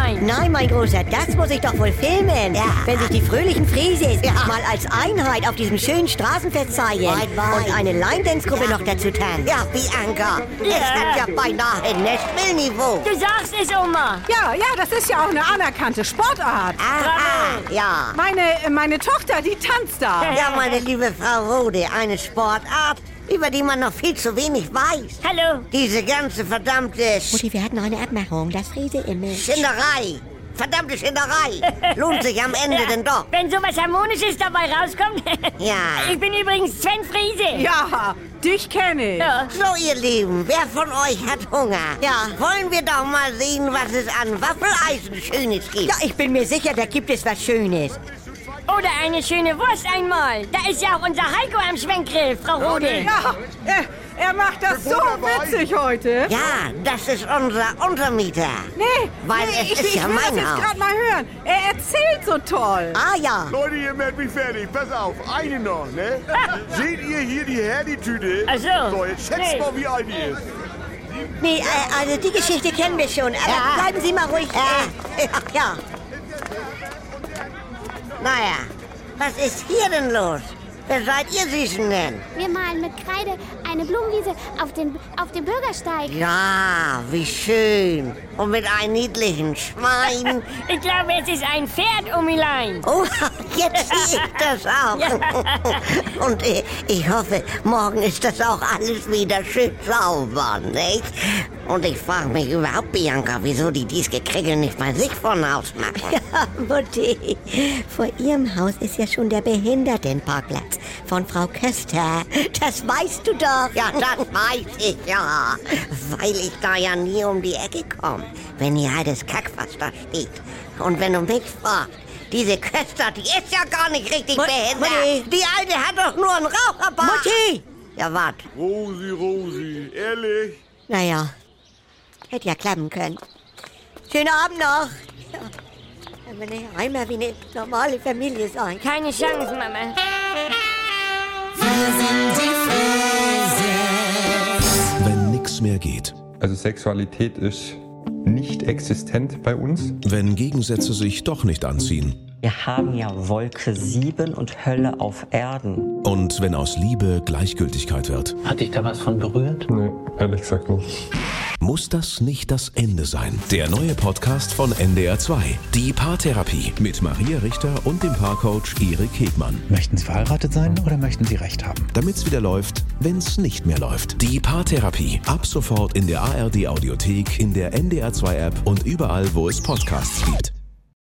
sein. Nein, mein Großer, das muss ich doch wohl filmen. Ja. Wenn sich die fröhlichen Frieses mal als Einheit auf diesem schönen Straßenfest zeigen und eine Line-Dance-Gruppe noch dazu tanzt. Ja, Bianca, es hat ja beinahe Nashville-Niveau. Du sagst es, Oma. Ja, das ist ja auch eine anerkannte Sportart. Ja. Meine Tochter, die tanzt da. Ja, meine liebe Frau Rode, eine Sportart, über die man noch viel zu wenig weiß. Hallo. Diese ganze verdammte Mutti, wir hatten eine Abmachung, das Friese-Image. Schinderei. Verdammte Schinderei. Lohnt sich am Ende denn doch. Wenn sowas Harmonisches dabei rauskommt. Ja. Ich bin übrigens Sven Friese. Ja, dich kenne ich. Ja. So, ihr Lieben, wer von euch hat Hunger? Ja. Wollen wir doch mal sehen, was es an Waffeleisen Schönes gibt. Ja, ich bin mir sicher, da gibt es was Schönes. Oder eine schöne Wurst einmal. Da ist ja auch unser Heiko am Schwenkgrill, Frau Rode. Ja, er macht das so witzig heute. Ja, das ist unser Mieter. Nee, Weil es ist ich ja will das mein jetzt Haus. gerade mal hören. Er erzählt so toll. Ah ja. Leute, ihr merkt mich fertig. Pass auf, eine noch, ne? Seht ihr hier die Herdi-Tüte? Ach so. So, jetzt schätzt Nee. mal, wie alt die ist. Nee, also die Geschichte kennen wir schon. Aber Ja. bleiben Sie mal ruhig. Ja. Naja, was ist hier denn los? Wer seid ihr Süßen denn? Wir malen mit Kreide eine Blumenwiese auf dem Bürgersteig. Ja, wie schön. Und mit einem niedlichen Schwein. Ich glaube, es ist ein Pferd, Omilein. Oh, jetzt sehe ich das auch. Und ich hoffe, morgen ist das auch alles wieder schön sauber, nicht? Und ich frage mich überhaupt, Bianca, wieso die dies Gekriegel nicht bei sich von Haus machen. Ja, Mutti, vor Ihrem Haus ist ja schon der Behindertenparkplatz von Frau Köster. Das weißt du doch. Ja, das weiß ich ja, weil ich da ja nie um die Ecke komme, wenn hier halt das Kackfass da steht. Und wenn du mich fragst, diese Köster, die ist ja gar nicht richtig behindert. Mutti. Die Alte hat doch nur einen Raucherbart. Mutti! Ja, was? Rosi, ehrlich? Naja, hätte ja klappen können. Schönen Abend noch. Ja, wenn wir nicht einmal wie eine normale Familie sein. Keine Chance, Mama. Wenn nix mehr geht. Also Sexualität ist nicht existent bei uns. Wenn Gegensätze sich doch nicht anziehen. Wir haben ja Wolke 7 und Hölle auf Erden. Und wenn aus Liebe Gleichgültigkeit wird. Hat dich da was von berührt? Nee, ehrlich gesagt nicht. Muss das nicht das Ende sein? Der neue Podcast von NDR 2. Die Paartherapie mit Maria Richter und dem Paarcoach Erik Hegmann. Möchten Sie verheiratet sein oder möchten Sie Recht haben? Damit's wieder läuft, wenn's nicht mehr läuft. Die Paartherapie. Ab sofort in der ARD Audiothek, in der NDR 2 App und überall, wo es Podcasts gibt.